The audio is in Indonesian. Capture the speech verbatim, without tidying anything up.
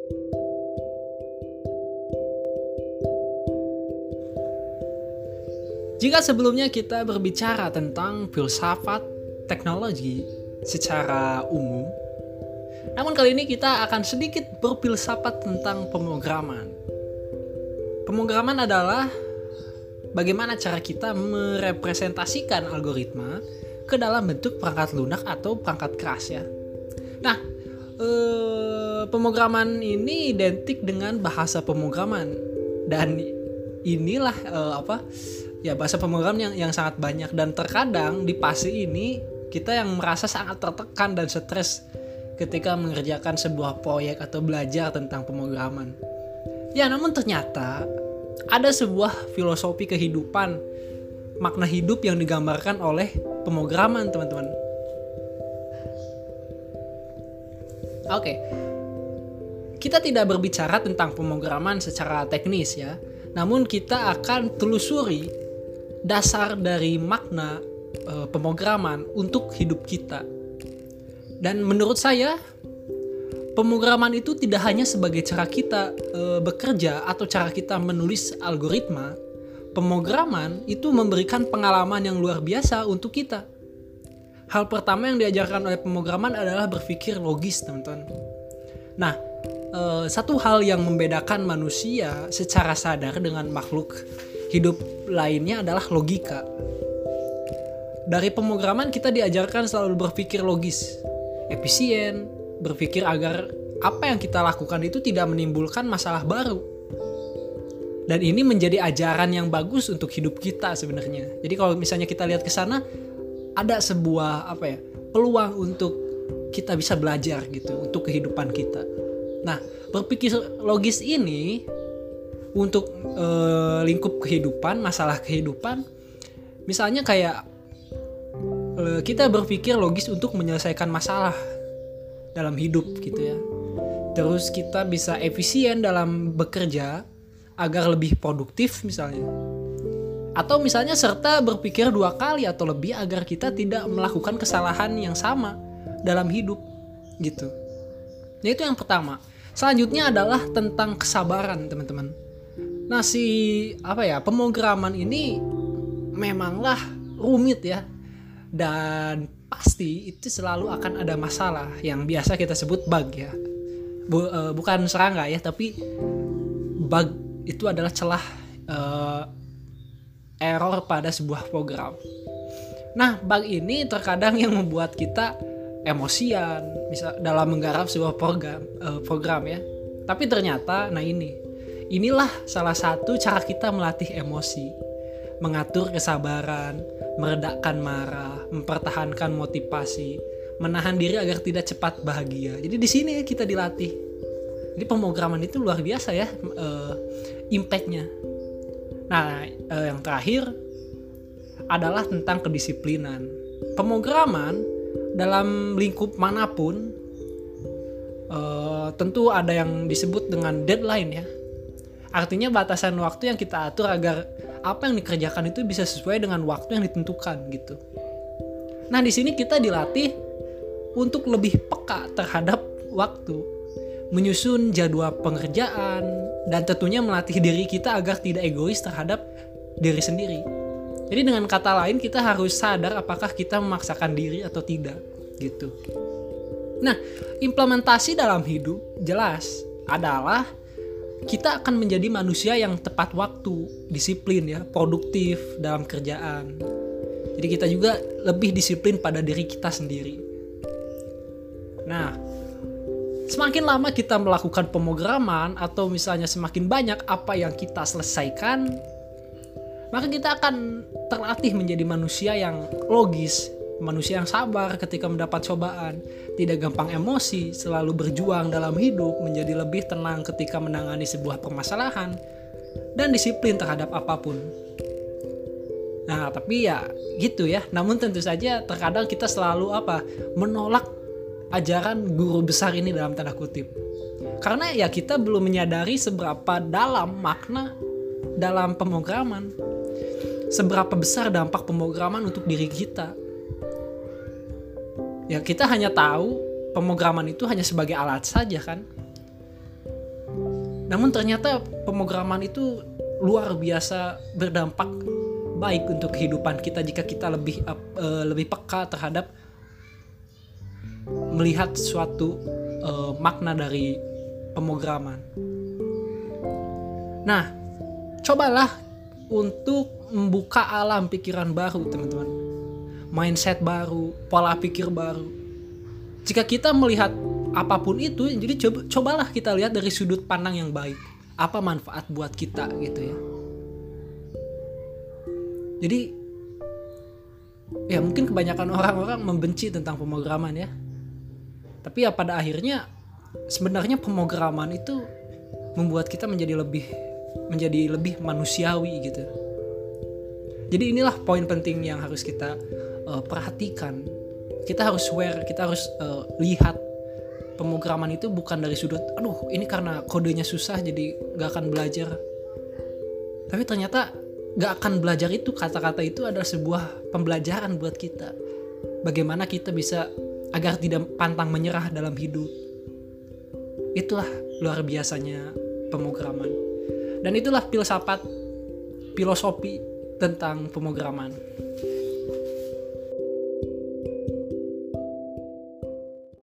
Jika sebelumnya kita berbicara tentang filsafat teknologi secara umum, namun kali ini kita akan sedikit berfilsafat tentang pemrograman. Pemrograman adalah bagaimana cara kita merepresentasikan algoritma ke dalam bentuk perangkat lunak atau perangkat keras ya. Nah, eh, pemrograman ini identik dengan bahasa pemrograman dan inilah eh, apa? Ya bahasa pemrograman yang yang sangat banyak, dan terkadang di fase ini kita yang merasa sangat tertekan dan stres ketika mengerjakan sebuah proyek atau belajar tentang pemrograman. Ya, namun ternyata ada sebuah filosofi kehidupan, makna hidup yang digambarkan oleh pemrograman, teman-teman. Oke. Kita tidak berbicara tentang pemrograman secara teknis ya. Namun kita akan telusuri dasar dari makna e, pemrograman untuk hidup kita. Dan menurut saya, pemrograman itu tidak hanya sebagai cara kita e, bekerja atau cara kita menulis algoritma. Pemrograman itu memberikan pengalaman yang luar biasa untuk kita. Hal pertama yang diajarkan oleh pemrograman adalah berpikir logis, teman-teman. Nah, e, satu hal yang membedakan manusia secara sadar dengan makhluk hidup lainnya adalah logika. Dari pemrograman kita diajarkan selalu berpikir logis, efisien, berpikir agar apa yang kita lakukan itu tidak menimbulkan masalah baru. Dan ini menjadi ajaran yang bagus untuk hidup kita sebenarnya. Jadi kalau misalnya kita lihat ke sana, ada sebuah apa ya, peluang untuk kita bisa belajar gitu untuk kehidupan kita. Nah, berpikir logis ini untuk e, lingkup kehidupan, masalah kehidupan, misalnya kayak e, kita berpikir logis untuk menyelesaikan masalah dalam hidup gitu ya. Terus kita bisa efisien dalam bekerja agar lebih produktif misalnya. Atau misalnya serta berpikir dua kali atau lebih agar kita tidak melakukan kesalahan yang sama dalam hidup gitu. Nah, itu yang pertama. Selanjutnya adalah tentang kesabaran, teman-teman. Nah, si apa ya, pemrograman ini memanglah rumit ya, dan pasti itu selalu akan ada masalah yang biasa kita sebut bug ya. Bu, uh, bukan serangga ya, tapi bug itu adalah celah uh, error pada sebuah program. Nah, bug ini terkadang yang membuat kita emosian, misal dalam menggarap sebuah program, uh, program ya. Tapi ternyata, nah ini. Inilah salah satu cara kita melatih emosi, mengatur kesabaran, meredakan marah, mempertahankan motivasi, menahan diri agar tidak cepat bahagia. Jadi di sini kita dilatih. Jadi pemrograman itu luar biasa ya, uh, impact-nya. Nah, uh, yang terakhir adalah tentang kedisiplinan. Pemrograman dalam lingkup manapun uh, tentu ada yang disebut dengan deadline ya. Artinya batasan waktu yang kita atur agar apa yang dikerjakan itu bisa sesuai dengan waktu yang ditentukan gitu. Nah, di sini kita dilatih untuk lebih peka terhadap waktu, menyusun jadwal pengerjaan, dan tentunya melatih diri kita agar tidak egois terhadap diri sendiri. Jadi dengan kata lain, kita harus sadar apakah kita memaksakan diri atau tidak gitu. Nah, implementasi dalam hidup jelas adalah kita akan menjadi manusia yang tepat waktu, disiplin ya, produktif dalam kerjaan. Jadi kita juga lebih disiplin pada diri kita sendiri. Nah, semakin lama kita melakukan pemrograman atau misalnya semakin banyak apa yang kita selesaikan, maka kita akan terlatih menjadi manusia yang logis, manusia yang sabar ketika mendapat cobaan, tidak gampang emosi, selalu berjuang dalam hidup, menjadi lebih tenang ketika menangani sebuah permasalahan, dan disiplin terhadap apapun. Nah, tapi ya gitu ya. Namun tentu saja terkadang kita selalu apa? menolak ajaran guru besar ini dalam tanda kutip. Karena ya kita belum menyadari seberapa dalam makna dalam pemrograman. Seberapa besar dampak pemrograman untuk diri kita. Ya kita hanya tahu pemrograman itu hanya sebagai alat saja kan. Namun ternyata pemrograman itu luar biasa berdampak baik untuk kehidupan kita jika kita lebih uh, lebih peka terhadap melihat suatu uh, makna dari pemrograman. Nah, cobalah untuk membuka alam pikiran baru, teman-teman. Mindset baru, pola pikir baru. Jika kita melihat apapun itu, jadi coba, cobalah kita lihat dari sudut pandang yang baik. Apa manfaat buat kita gitu ya. Jadi ya mungkin kebanyakan orang-orang membenci tentang pemrograman ya. Tapi ya pada akhirnya sebenarnya pemrograman itu membuat kita menjadi lebih menjadi lebih manusiawi gitu. Jadi inilah poin penting yang harus kita uh, perhatikan. Kita harus aware, kita harus uh, lihat pemrograman itu bukan dari sudut, aduh ini karena kodenya susah jadi gak akan belajar. Tapi ternyata gak akan belajar itu, kata-kata itu adalah sebuah pembelajaran buat kita. Bagaimana kita bisa agar tidak pantang menyerah dalam hidup. Itulah luar biasanya pemrograman. Dan itulah filsafat, filosofi tentang pemrograman.